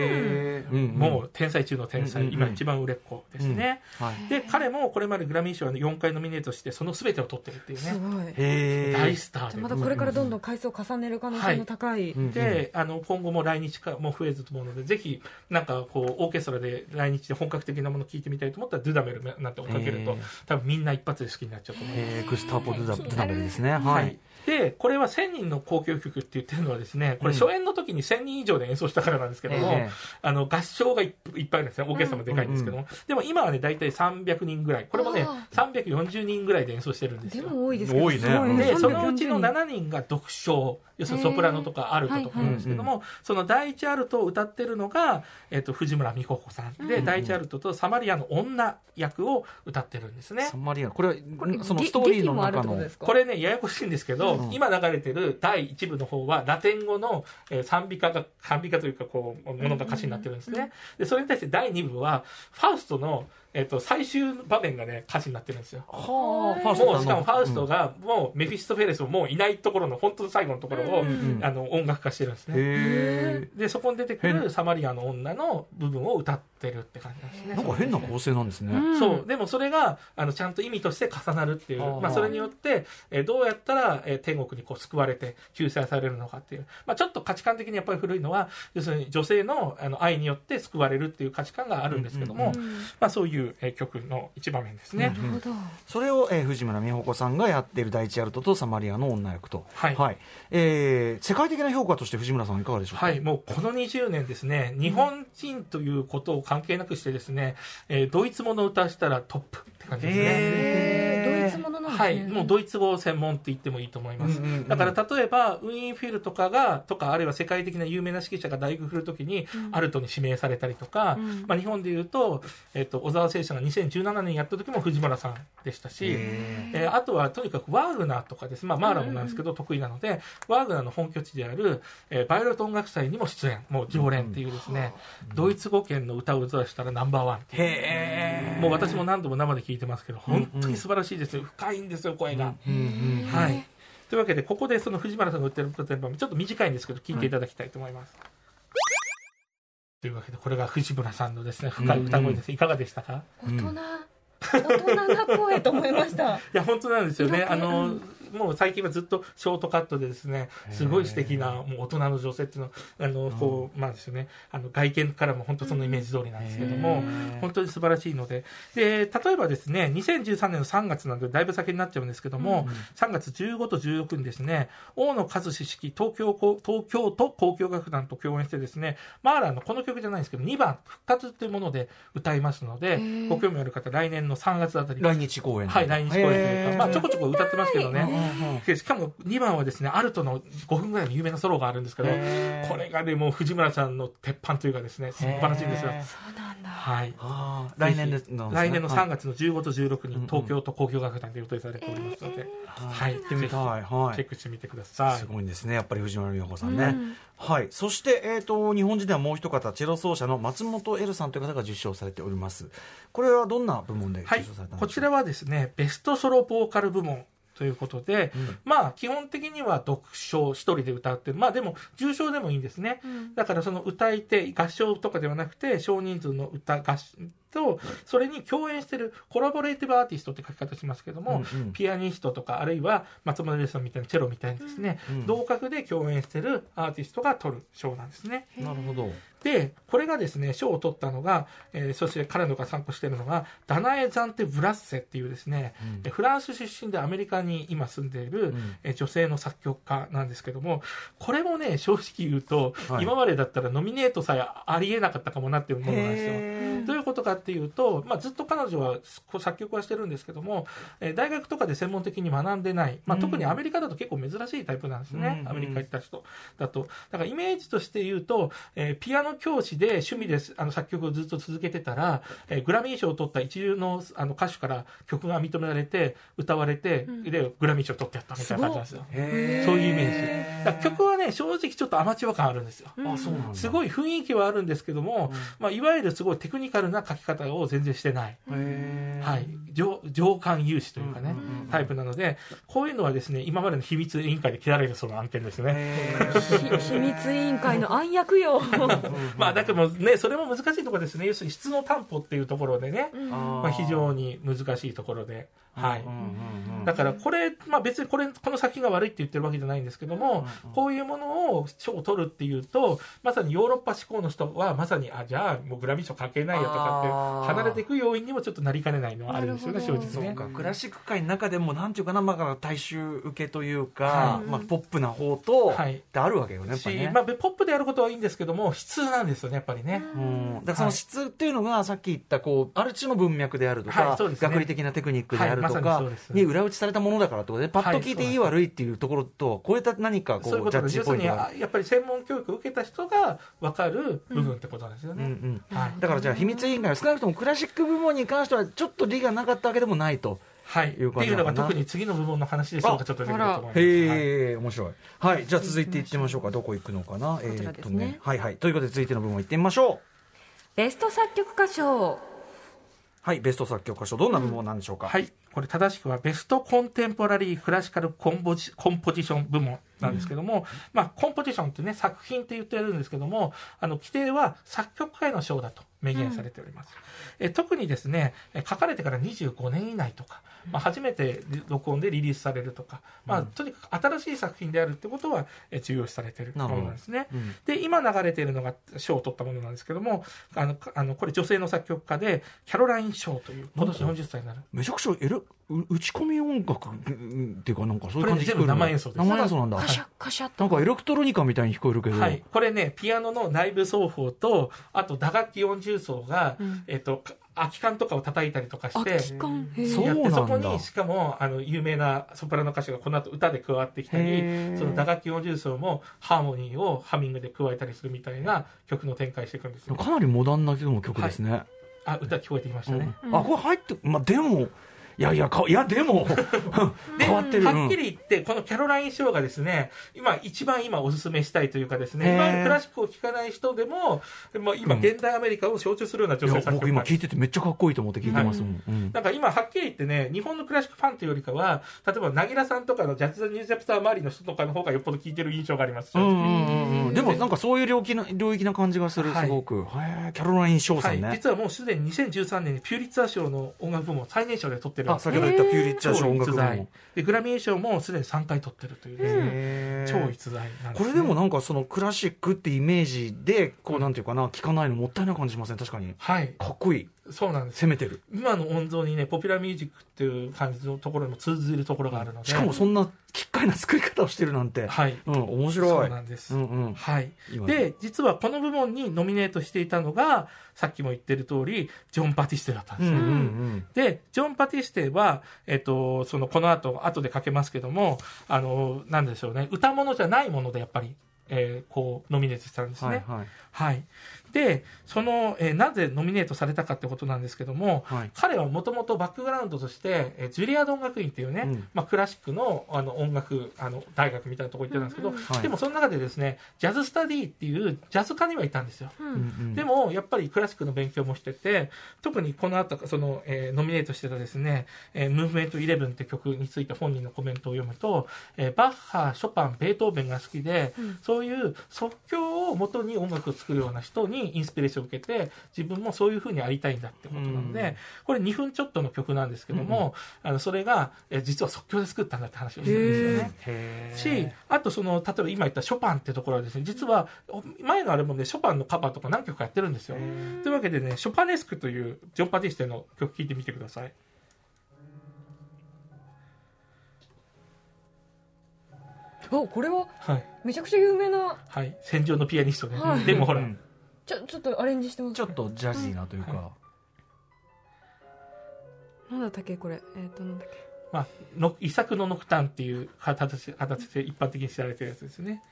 もう天才中の天才、今一番売れっ子ですね。で、彼もこれまでグラミー賞の4回ノミネートしてその全てを取ってるっていうね。 すごい。大スターで。 またこれからどんどん回数を重ねる可能性の高い。 で、今後も来日も増えると思うので、ぜひなんかこうオーケストラで来日で本格的なものを聴いてみたいと思ったらデュダメルなんて追っかけると多分みんな一発で好きになっちゃうと思います。 グスターボ・デュダメルですね。 で、これは1000人の交響曲って言ってるのはですね、これ初演の時に1000人以上で演奏したからなんですけども、合唱がいっぱいあるんですね。オーケストラもでかいんですけども。でも今はね、大体300人ぐらい。これもね、340人ぐらいで演奏してるんですよ。 でも多いですね。 多いね。 で、そのうちの7人が独唱。要するにソプラノとかアルトとかなんですけども、その第一アルトを歌ってるのが、藤村美穂子さんで、第一アルトとサマリアの女役を歌ってるんですね。 サマリア、これはそのストーリーの中の。 これね、ややこしいんですけど、今流れてる第1部の方は、ラテン語の賛美歌というか、こう、ものが歌詞になってるんですね。で、それに対して第2部は、ファウストの、最終場面がね、歌詞になってるんですよ。もう、しかもファウストが、もう、メフィストフェレスももういないところの、本当の最後のところを、音楽化してるんですね。で、そこに出てくるサマリアの女の部分を歌ってるって感じなんですね。 なんか変な構成なんですね。 そう。でもそれが、ちゃんと意味として重なるっていう。それによって、どうやったら、天国にこう救われて救済されるのかっていう。ちょっと価値観的にやっぱり古いのは、要するに女性の愛によって救われるっていう価値観があるんですけども、そういう曲の一場面ですね。 それを、藤村美穂子さんがやっている第一アルトとサマリアの女役と。世界的な評価として藤村さんいかがでしょうか。 もうこの20年ですね、日本人ということを関係なくしてですね、ドイツ語の歌したらトップって感じですね。 ドイツ語なんですね。 もうドイツ語専門って言ってもいいと思います。だから例えばウィーンフィルとかあるいは世界的な有名な指揮者が大学振るときにアルトに指名されたりとか、日本でいうと、小沢聖者が2017年やった時も藤村さんでしたし、あとはとにかくワーグナーとかです。マーラもなんですけど得意なので、ワーグナーの本拠地である、バイオレット音楽祭にも出演、もう常連っていうですね、ドイツ語圏の歌を歌わしたらナンバーワンっていう。もう私も何度も生で聞いてますけど、本当に素晴らしいですよ。深いんですよ、声が。はい。というわけで、ここでその藤村さんが歌ってるちょっと短いんですけど、聞いていただきたいと思います。 というわけで、これが藤村さんのですね、深い歌声です。いかがでしたか？ 大人な声と思いました。 いや、本当なんですよね。もう最近はずっとショートカットでですね、すごい素敵なもう大人の女性っていうのこうまあですね、外見からも本当そのイメージ通りなんですけども、本当に素晴らしいので、例えばですね、2013年の3月なんでだいぶ先になっちゃうんですけども、3月15と16にですね、大野和志式東京都交響楽団と共演してですね、マーラーのこの曲じゃないんですけど2番復活というもので歌いますので、ご興味ある方来年の3月あたり来日公演、 はい来日公演というか、まあちょこちょこ歌ってますけどね。しかも2番はですね、アルトの5分ぐらいの有名なソロがあるんですけど、これがね、もう藤村さんの鉄板というかですね、素晴らしいんですよ。 そうなんだ。 はい。 来年の3月の15と16に東京都交響楽団で予定されておりますので、はい、ぜひチェックしてみてください。 すごいんですね、やっぱり藤村美穂子さんね。はい。そして、日本人ではもう一方、チェロ奏者の松本エルさんという方が受賞されております。これはどんな部門で受賞されたんでしょうか？ こちらはですね、ベストソロボーカル部門ということで、まあ基本的には独唱一人で歌ってる、まあでも重唱でもいいんですね。だからその歌い手合唱とかではなくて、少人数の歌合とそれに共演しているコラボレーティブアーティストって書き方しますけども、ピアニストとかあるいは松本零士さんみたいなチェロみたいにですね、同格で共演しているアーティストが取る賞なんですね。 なるほど。 でこれがですね、賞を取ったのが、そして彼のが参加しているのがダナエ・ザンテ・ブラッセっていうですね、フランス出身でアメリカに今住んでいる、女性の作曲家なんですけども、これもね、正直言うと、今までだったらノミネートさえありえなかったかもなっていうものなんですよ。どういうことかっていうと、まあ、ずっと彼女は作曲はしてるんですけども、大学とかで専門的に学んでない、まあ、特にアメリカだと結構珍しいタイプなんですね、アメリカ行った人だと。だからイメージとして言うと、ピアノ教師で趣味で作曲をずっと続けてたら、グラミー賞を取った一流の歌手から曲が認められて歌われて、でグラミー賞を取ってやったみたいな感じなんですよ。そういうイメージ。だから曲はね、正直ちょっとアマチュア感あるんですよ。 そうなんだ。 すごい雰囲気はあるんですけども、まあ、いわゆるすごいテクニカルな書き方を全然してない、はい、情感有志というかね、タイプなので、こういうのはですね、今までの秘密委員会で切られるその案件ですね。 秘密委員会の暗躍よ。 まあだけどね、それも難しいところですね。要するに質の担保っていうところでね、まあ、非常に難しいところで、はい。だからこれ、まあ、別にこの作品が悪いって言ってるわけじゃないんですけども、こういうものを賞を取るっていうと、まさにヨーロッパ志向の人はまさにじゃあもうグラミー賞関係ないよとかって離れていく要因にもちょっとなりかねないのはあるんですよね、正直ね。 そうか、クラシック界の中でもなんていうかな、まあ、大衆受けというか、まあ、ポップな方と、ってあるわけよね、やっぱりね。 まあ、ポップでやることはいいんですけども、質なんですよね、やっぱりね。 だからその質っていうのがさっき言ったこうある種の文脈であるとか、学理的なテクニックであるとかに裏打ちされたものだからってことで、パッと聞いていい悪いっていうところと超えた何かこうジャッジポイントがある。 やっぱり専門教育を受けた人が分かる部分ってことなんですよね。 だからじゃあ秘密委員会は少なくともクラシック部門に関してはちょっと利がなかったわけでもないと。 はい、っていうのが特に次の部門の話でしょうか、ちょっと出てくると思います。 へえ、面白い。はい、じゃあ続いていってみましょうか。どこ行くのかな。はいはい。ということで続いての部門行ってみましょう。 ベスト作曲家賞。 はい、ベスト作曲家賞、どんな部門なんでしょうか。 はい、これ正しくはベストコンテンポラリークラシカルコンポジション部門なんですけども、まあコンポジションってね、作品って言ってるんですけども、規定は作曲家への賞だと明言されております。特にですね、書かれてから25年以内とか、まあ、初めて録音でリリースされるとか、まあ、とにかく新しい作品であるってことは重要視されているものなんですね。で、今流れているのが賞を取ったものなんですけども、これ女性の作曲家でキャロライン・ショーという今年40歳になる。 めちゃくちゃ打ち込み音楽っていうか、なんかそういう感じ。 これ全部生演奏です。 生演奏なんだ。 カシャカシャなんかエレクトロニカみたいに聞こえるけど。 はい。これね、ピアノの内部奏法と、あと打楽器四重奏が、空き缶とかを叩いたりとかして、やって、そこにしかも有名なソプラノ歌手がこの後歌で加わってきたり、その打楽器四重奏もハーモニーをハミングで加えたりするみたいな曲の展開していくんですよ。 かなりモダンな曲ですね。 歌聞こえてきましたね。 これ入って、まあでもいやでも変わってる。 はっきり言ってこのキャロライン・ショーがですね一番おすすめしたいというかですね、今までクラシックを聴かない人でも、今現代アメリカを象徴するような女性作曲家、 僕今聞いててめっちゃかっこいいと思って聞いてますもん。 なんか今はっきり言ってね、日本のクラシックファンというよりかは、例えば凪良さんとかのジャズ・ニュージャプター周りの人とかの方がよっぽど聴いてる印象があります。でもなんかそういう領域な感じがする、すごく。キャロライン・ショーさんね。 実はもうすでに2013年にピューリッツァー賞の音楽部門最年少で取ってる。 先ほど言ったピューリッツァー賞音楽部門。 でグラミー賞もすでに3回取ってるというですね、超逸材なんですね。 これでもなんかそのクラシックってイメージでこうなんていうかな、聞かないのもったいない感じしません？確かに。かっこいい。 そうなんです。 攻めてる。 今の音像にね、ポピュラーミュージックっていう感じのところにも通ずるところがあるので、 しかもそんな奇怪な作り方をしてるなんて、面白い。 そうなんです。で、実はこの部門にノミネートしていたのが、さっきも言ってる通り、ジョン・バティステだったんですね。で、ジョン・バティステは、この後でかけますけども、なんでしょうね、歌物じゃないものでやっぱり、こうノミネートしたんですね。でなぜノミネートされたかってことなんですけども、彼はもともとバックグラウンドとして、ジュリアード音楽院っていうね、クラシックの音楽大学みたいなところ行ってたんですけど、でもその中でですねジャズスタディっていうジャズ科にはいたんですよ。でもやっぱりクラシックの勉強もしてて、特にこの後ノミネートしてたですねムーブメント11って曲について本人のコメントを読むと、バッハ、ショパン、ベートーベンが好きで、そういう即興を元に音楽を作るような人にインスピレーションを受けて、自分もそういう風にありたいんだってことなので、これ2分ちょっとの曲なんですけども、それが実は即興で作ったんだって話をしてるんですよね。し、あと例えば今言ったショパンってところはですね、実は前のアルバムでショパンのカバーとか何曲かやってるんですよ。というわけでね、ショパネスクというジョン・バティステの曲聴いてみてください。 これはめちゃくちゃ有名な、 戦場のピアニストね。でもほら、 ちょっとアレンジしてますね。 ちょっとジャジーなというか、 なんだったっけこれ、なんだっけ、 遺作のノクターンっていう形で一般的に知られてるやつですね。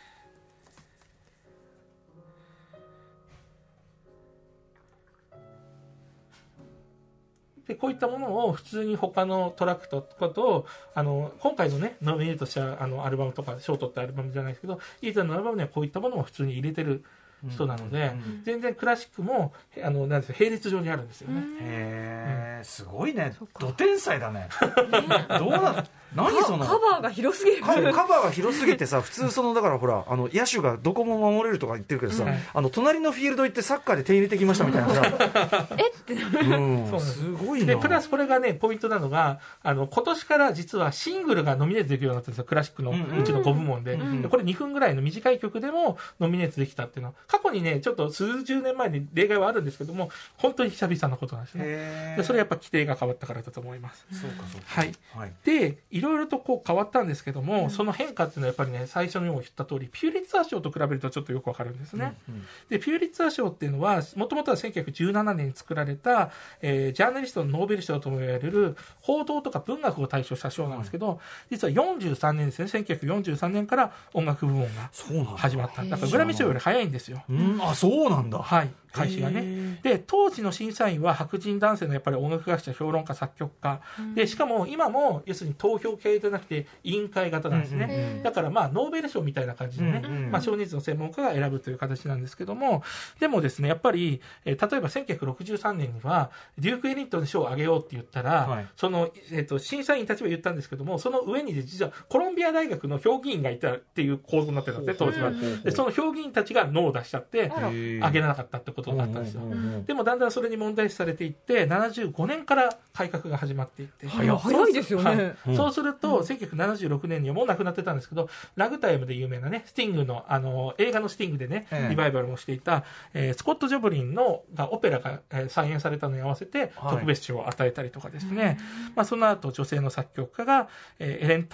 でこういったものを普通に他のトラックとかと今回のねノミネートしたアルバムとか賞を取ったアルバムじゃないですけど、イータンのアルバムにはこういったものも普通に入れてる人なので、全然クラシックもなんですか並列上にあるんですよね。 すごいね。ど天才だね。どうな何そのカバーが広すぎる。 カバーが広すぎてさ、普通だからほら野手がどこも守れるとか言ってるけどさ、隣のフィールド行ってサッカーで点入れてきましたみたいなさってすごいな。 でプラスこれがねポイントなのが今年から実はシングルがノミネートできるようになったんですよ、クラシックのうちの5部門で。これ2分ぐらいの短い曲でもノミネートできたっていうのは過去にねちょっと数十年前に例外はあるんですけども、本当に久々のことなんですね。でそれやっぱ規定が変わったからだと思います。でいろいろとこう変わったんですけども、その変化っていうのはやっぱりね最初にも言った通りピューリッツァー賞と比べるとちょっとよくわかるんですね。でピューリッツァー賞っていうのはもともとは1917年に作られた、ジャーナリストのノーベル賞とも言われる報道とか文学を対象した賞なんですけど、実は43年ですね、1943年から音楽部門が始まった。だからグラミー賞より早いんですよ。 そうなんだ。 開始がね。で当時の審査員は白人男性のやっぱり音楽学者、評論家、作曲家で、しかも今も要するに投票系じゃなくて委員会型なんですね。だからノーベル賞みたいな感じでね、少人数の専門家が選ぶという形なんですけども、でもですねやっぱり、例えば1963年にはデューク・エリントンに賞をあげようって言ったら、その、審査員たちは言ったんですけども、その上に実はコロンビア大学の評議員がいたっていう構造になってたんですね当時は。でその評議員たちがノーを出しちゃってあげなかったってことだったんですよ。でもだんだんそれに問題視されていって75年から改革が始まっていって、 早いですよね。 そうすると1976年にはもう亡くなってたんですけど、ラグタイムで有名なねスティングの映画のスティングでねリバイバルもしていた、スコット・ジョブリンのオペラが再演されたのに合わせて特別賞を与えたりとかですね、その後女性の作曲家がエレン・ターフィッ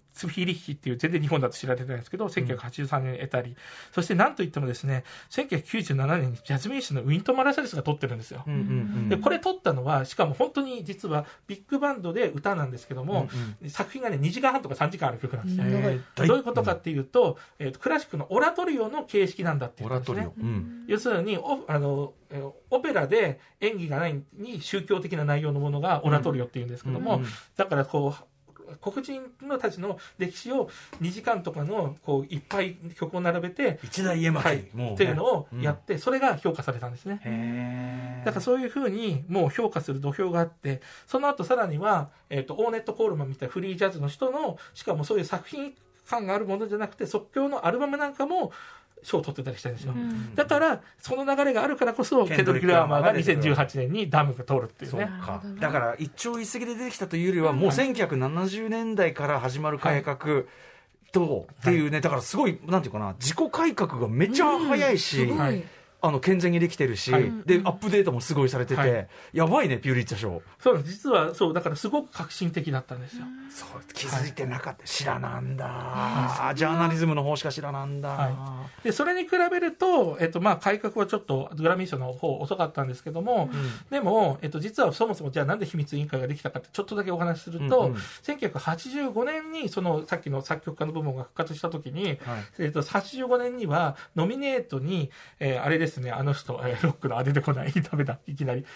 ツフィリッヒっていう全然日本だと知られてないんですけど、1983年に得たり、そしてなんといってもですね、1997年にジャズミュージシャンのウィントン・マラシャリスが撮ってるんですよ。でこれ撮ったのはしかも本当に実はビッグバンドで歌なんですけども、作品がね2時間半とか3時間ある曲なんですよ。どういうことかっていうと、クラシックのオラトリオの形式なんだっていうんですね。要するにオペラで演技がないに宗教的な内容のものがオラトリオっていうんですけども、だからこう黒人のたちの歴史を2時間とかのこういっぱい曲を並べて一大絵巻、 はい、っていうのをやって、それが評価されたんですね。だからそういうふうにもう評価する土俵があって、その後さらには、オーネット・コールマンみたいなフリージャズの人の、しかもそういう作品感があるものじゃなくて即興のアルバムなんかも賞を取ってたりしたんですよ。だからその流れがあるからこそケンドリック・ラーマーが2018年にダムが通るっていうね。 そうか。だから一朝一夕で出てきたというよりは、もう1970年代から始まる改革とっていうね、だからすごいなんていうかな、自己改革がめっちゃ早いし、健全にできてるし、でアップデートもすごいされてて、やばいね、ピューリッツァ賞。 そう実はそうだからすごく革新的だったんですよ。 そう気づいてなかった、知らなんだ、ジャーナリズムの方しか知らなんだ、 でそれに比べると、改革はちょっとグラミー賞の方遅かったんですけども、でも、実はそもそもじゃあなんで秘密委員会ができたかってちょっとだけお話しすると、1985年にそのさっきの作曲家の部門が復活した時に、85年にはノミネートに、あれですね、あの人、ロックの出てこないダメだいきなり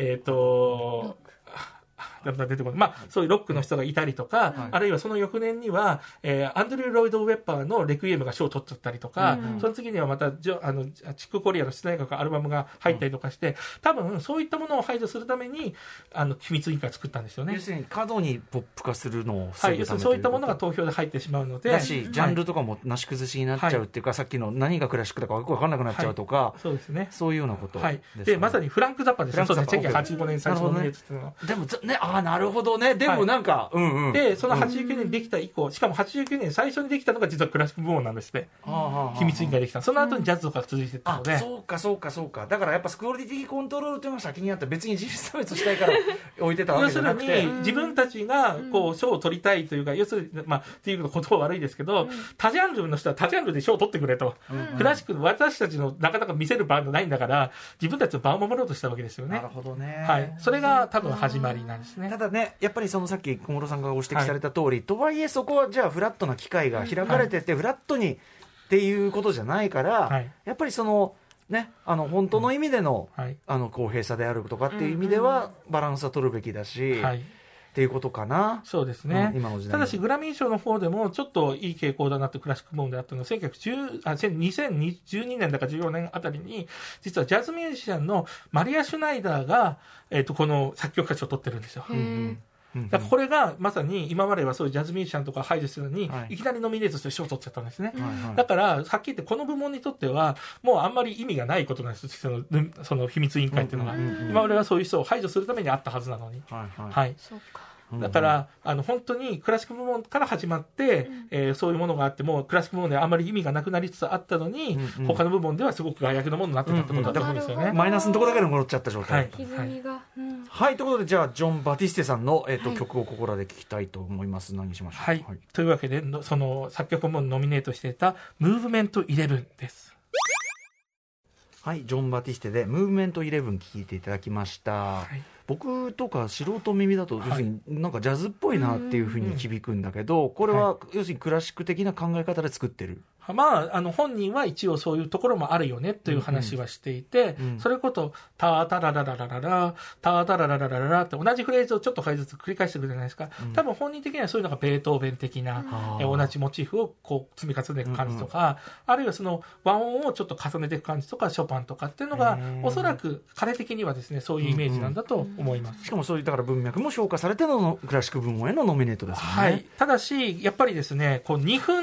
出てこない、そういうロックの人がいたりとか、あるいはその翌年には、アンドリュー・ロイド・ウェッパーのレクイエムが賞を取っちゃったりとか、その次にはまたチック・コリアの室内楽アルバムが入ったりとかして、多分そういったものを排除するために秘密委員会を作ったんですよね。 要するに過度にポップ化するのを防ぐため、 そういったものが投票で入ってしまうので、 だしジャンルとかもなし崩しになっちゃうっていうか、さっきの何がクラシックだか分からなくなっちゃうとか、 そうですね、 そういうようなことでまさにフランク・ザッパですよ。そうですね、1985年最初のノミネートっていうのは。 でもね、なるほどね。でもなんか、 でその89年にできた以降、しかも89年最初にできたのが実はクラシック部門なんですね。秘密委員会できた。その後にジャズとか続いてたので、 そうか。だからやっぱクオリティコントロールというのが先にあって、別に人種差別したいから置いてたわけじゃなくて、 要するに自分たちがこう賞を取りたいというか、要するにっていうことは悪いですけど、他ジャンルの人は他ジャンルで賞を取ってくれと、クラシックの私たちのなかなか見せる場がないんだから、自分たちの場を守ろうとしたわけですよね。 なるほどね。 それが多分始まりなんですね。 ただね、やっぱりそのさっき小室さんがご指摘された通り、とはいえそこはじゃあフラットな機会が開かれてて、フラットにっていうことじゃないから、やっぱりそのね、本当の意味での、公平さであるとかっていう意味では、バランスは取るべきだし、っていうことかな。 そうですね。 今の時代ただしグラミー賞の方でもちょっといい傾向だなってクラシック部門であったのは、2012年だか14年あたりに、実はジャズミュージシャンのマリア・シュナイダーが、この作曲家賞を取ってるんですよ。だからこれがまさに今まではそういうジャズミュージシャンとか排除するのに、いきなりノミネートして賞を取っちゃったんですね。だからはっきり言ってこの部門にとってはもうあんまり意味がないことなんです。その秘密委員会っていうのが、今まではそういう人を排除するためにあったはずなのに。 そうか。 だから本当にクラシック部門から始まって、そういうものがあってもクラシック部門であんまり意味がなくなりつつあったのに、他の部門ではすごく外役のものになってたってことだと思うんですよね。 マイナスのところだけで戻っちゃった状態。 歪みが。 ということで、じゃあジョン・バティステさんの、曲をここらで聴きたいと思います。何にしましょう。 というわけでその作曲部門にノミネートしていたムーブメント11です。 ジョン・バティステでムーブメント11聴いていただきました。僕とか素人耳だと、要するになんかジャズっぽいなっていうふうに響くんだけど、これは要するにクラシック的な考え方で作ってる。 本人は一応そういうところもあるよねという話はしていて、それこそタータララララララタータララララララって同じフレーズをちょっと回ずつ繰り返してくるじゃないですか。多分本人的にはそういうのがベートーベン的な、同じモチーフをこう積み重ねていく感じとか、あるいはその和音をちょっと重ねていく感じとか、ショパンとかっていうのがおそらく彼的にはですね、そういうイメージなんだと思います。 しかもそういうだから文脈も消化されてのクラシック部門へのノミネートですもんね。 ただしやっぱりですね、こう2分ち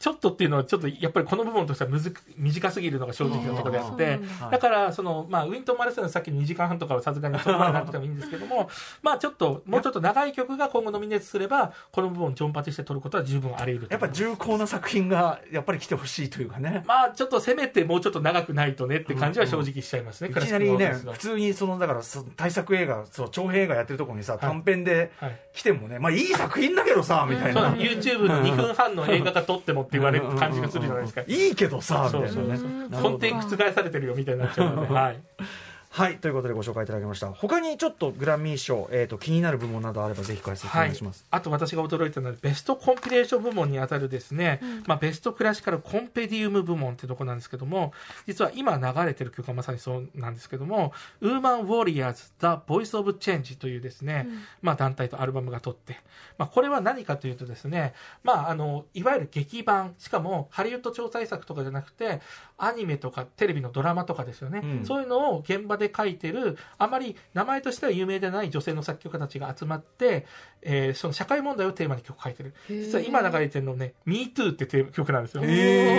ちょっとっていうのはちょっとやっぱりこの部門としては短すぎるのが正直なところであって、だからその、ウィントン・マルセイのさっきの2時間半とかはさすがにそのままなくてもいいんですけどもちょっともうちょっと長い曲が今後ノミネートすればこの部門ジョン・バティステ取ることは十分あり得る。 やっぱり重厚な作品がやっぱり来てほしいというかね、 ちょっとせめてもうちょっと長くないとねって感じは正直しちゃいますね。 いきなりね普通にそのだから大作映画長編映画やってるところにさ短編で来てもね、いい作品だけどさみたいな、 YouTube の2分半の映画が撮ってもって言われる感じがするじゃないですか。 いいけどさみたいなね、 根底覆されてるよみたいになっちゃうのではい、ということでご紹介いただきました。他にちょっとグラミー賞、気になる部門などあればぜひ解説お願いします。 あと私が驚いたのはベストコンピレーション部門にあたるですね、ベストクラシカルコンペディウム部門ってとこなんですけども、実は今流れてる曲がまさにそうなんですけども、ウーマン・ウォリアーズ・ザ・ボイス・オブ・チェンジというですね、団体とアルバムが撮って、これは何かというとですね、いわゆる劇版、しかもハリウッド超大作とかじゃなくてアニメとかテレビのドラマとかですよね、そういうのを現場で書いてるあまり名前としては有名でない女性の作曲家たちが集まって、その社会問題をテーマに曲を書いてる。実は今流れてるのね MeToo って曲なんですよ。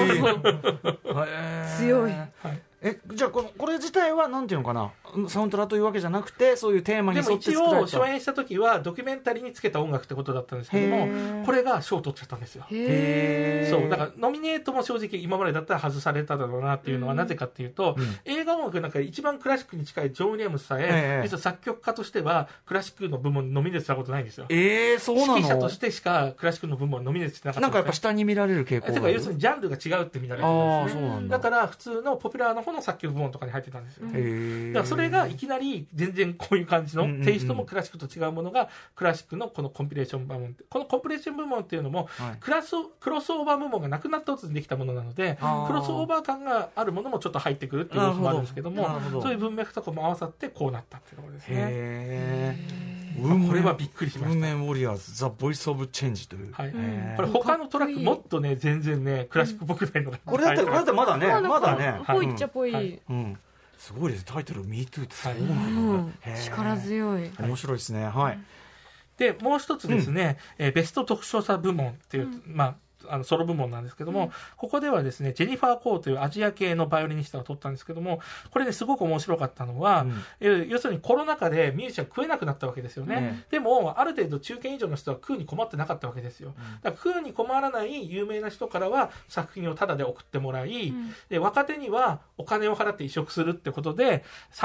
強い。 じゃあこれ自体はなんていうのかな、サウンドラというわけじゃなくてそういうテーマに沿って作られた。 でも一応初演した時はドキュメンタリーにつけた音楽ってことだったんですけども、これが賞を取っちゃったんですよ。そうだからノミネートも正直今までだったら外されただろうなっていうのはなぜかっていうと、映画音楽の中で一番クラシックに近いジョン・ウィリアムスさえ、実は作曲家としてはクラシックの部門にノミネートしたことないんですよ。 そうなの？ 指揮者としてしかクラシックの部門にノミネートしてなかったんですね。 なんかやっぱ下に見られる傾向がある。 要するにジャンルが違うって見られてるんですね。だから普通のポピュラーの方の作曲部門とかに入ってたんですよ。だからそれがいきなり全然こういう感じのテイストもクラシックと違うものがクラシックのこのコンピレーション部門、このコンピレーション部門っていうのもクロスオーバー部門がなくなった後にできたものなので、クロスオーバー感があるものもちょっと入ってくるっていう要素もあるんですけども、そういう文脈とかも合わさってこうなったっていうところですね。これはびっくりしました。 ウーメン・ウォリアーズ・ザ・ボイス・オブ・チェンジという、 これ他のトラックもっとね全然ねクラシックっぽくないのが、 これだってまだねぽいっちゃぽい、 すごいです。タイトル MeToo ってそうなの、力強い、 面白いですね。 でもう一つですね、ベスト特徴者部門っていうソロ部門なんですけども、ここではですねジェニファー・コーというアジア系のバイオリニストが取ったんですけども、これねすごく面白かったのは、要するにコロナ禍でミュージシャン食えなくなったわけですよね。でもある程度中堅以上の人は食うに困ってなかったわけですよ。だから食うに困らない有名な人からは作品をタダで送ってもらい、で若手にはお金を払って移植するってことで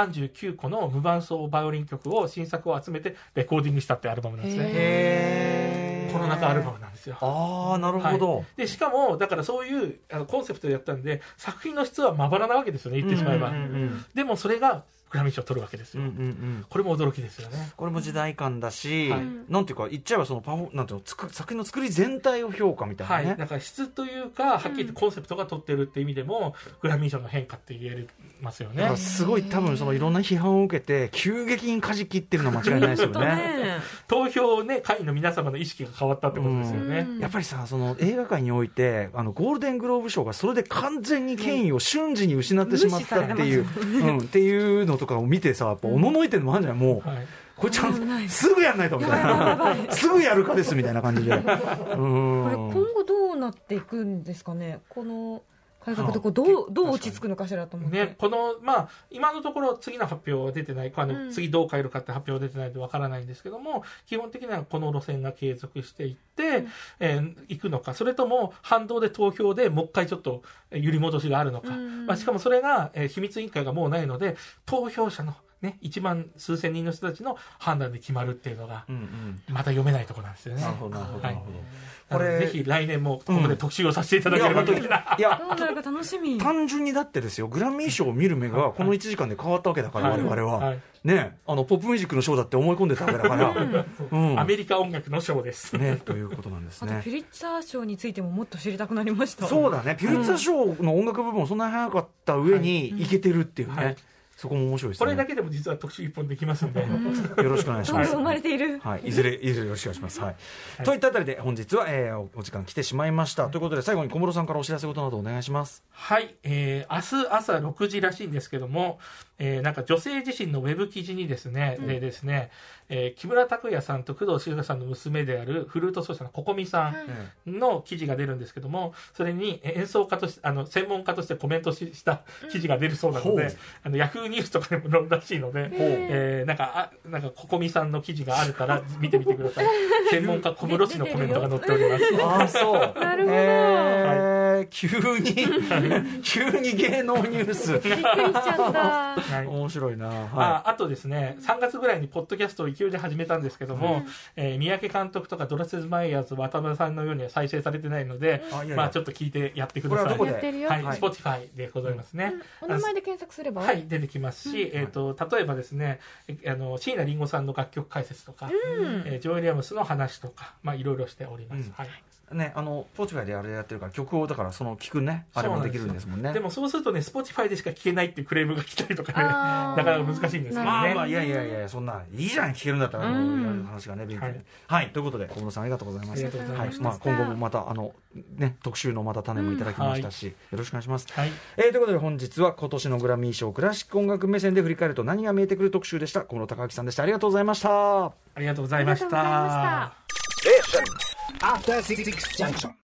39個の無伴奏バイオリン曲を新作を集めてレコーディングしたってアルバムなんですね。コロナ禍アルバムなんですよ。 なるほど。 でしかもだからそういうコンセプトでやったんで作品の質はまばらなわけですよね、言ってしまえば。でもそれがグラミー賞を取るわけですよ。これも驚きですよね。 これも時代感だし、なんていうか言っちゃえばそのなんていうの作品の作り全体を評価みたいなね。 だから質というかはっきり言ってコンセプトが取ってるって意味でも、グラミー賞の変化って言えますよね。 すごい多分そのいろんな批判を受けて急激に舵切ってるのは間違いないですよね。 投票ね会員の皆様の意識が変わったってことですよね。 やっぱりさその映画界においてゴールデングローブ賞がそれで完全に権威を瞬時に失ってしまったっていう、っていうのとかを見てさ、やっぱおののいてるのもあるんじゃない、もう、これちゃんとすぐやんないとみたいなすぐやるかですみたいな感じでこれ今後どうなっていくんですかね、この改革でどう落ち着くのかしらと思って、 ね、この今のところ次の発表は出てない、次どう変えるかって発表は出てないとわからないんですけども、基本的にはこの路線が継続していって、いくのか、それとも反動で投票でもう一回ちょっと揺り戻しがあるのか、しかもそれが、秘密委員会がもうないので投票者の1万数千人の人たちの判断で決まるっていうのがまた読めないところなんですよね。なるほどなるほど。これぜひ来年もここで特集をさせていただければと、いや楽しみ。 単純にだってですよ、グラミー賞を見る目がこの1時間で変わったわけだから、我々はね、ポップミュージックの賞だって思い込んでたわけだからアメリカ音楽の賞ですねということなんですね。 あとピュリッツァー賞についてももっと知りたくなりました。 そうだね、ピュリッツァー賞の音楽部分もそんなに早かった上にいけてるっていうね、 そこも面白いですね。 これだけでも実は特集1本できますので、 よろしくお願いします。 どんどん生まれている。 はい、いずれよろしくお願いします。はい。といったあたりで本日は、お時間来てしまいました。ということで最後に小室さんからお知らせことなどお願いします。 はい、明日朝6時らしいんですけども、なんか女性自身のウェブ記事にですね、でですね、木村拓哉さんと工藤静香さんの娘であるフルート奏者のここみさんの記事が出るんですけども、それに演奏家として専門家としてコメントした記事が出るそうなので、ヤフーニュースとかでも載るらしいので、なんかここみさんの記事があるから見てみてください。専門家小室氏のコメントが載っております。 あ、そう。 なるほど。 急に芸能ニュース。 びっくりしちゃった。 はい、 面白いな。 あとですね、3月ぐらいにポッドキャストを勢いで始めたんですけども、三宅監督とかドラセズ・マイヤーズ、渡辺さんのようには再生されてないので、まあちょっと聞いてやってください。 これはどこで？ やってるよ。 はい、Spotify でございますね。 お名前で検索すれば、 はい、出てきますし、例えばですね、椎名林檎さんの楽曲解説とか、ジョー・ウィリアムスの話とか、まあいろいろしております。はい。 ね、ポーチファイであれやってるから曲をだからその聞くねあれもできるんですもんね。 でもそうするとね、Spotify でしか聞けないっていうクレームが来たりとかね、なかなか難しいんですけどね。 まあいやそんないいじゃん聞けるんだったらやる話がね勉強で、はい、ということで小室さんありがとうございます。はい、まあ今後もまたね特集のまた種もいただきましたし、よろしくお願いします。はい。ということで本日は今年のグラミー賞クラシック音楽目線で振り返ると何が見えてくる特集でした。小室孝之さんでした。ありがとうございました。 ありがとうございました。 After 66 junction.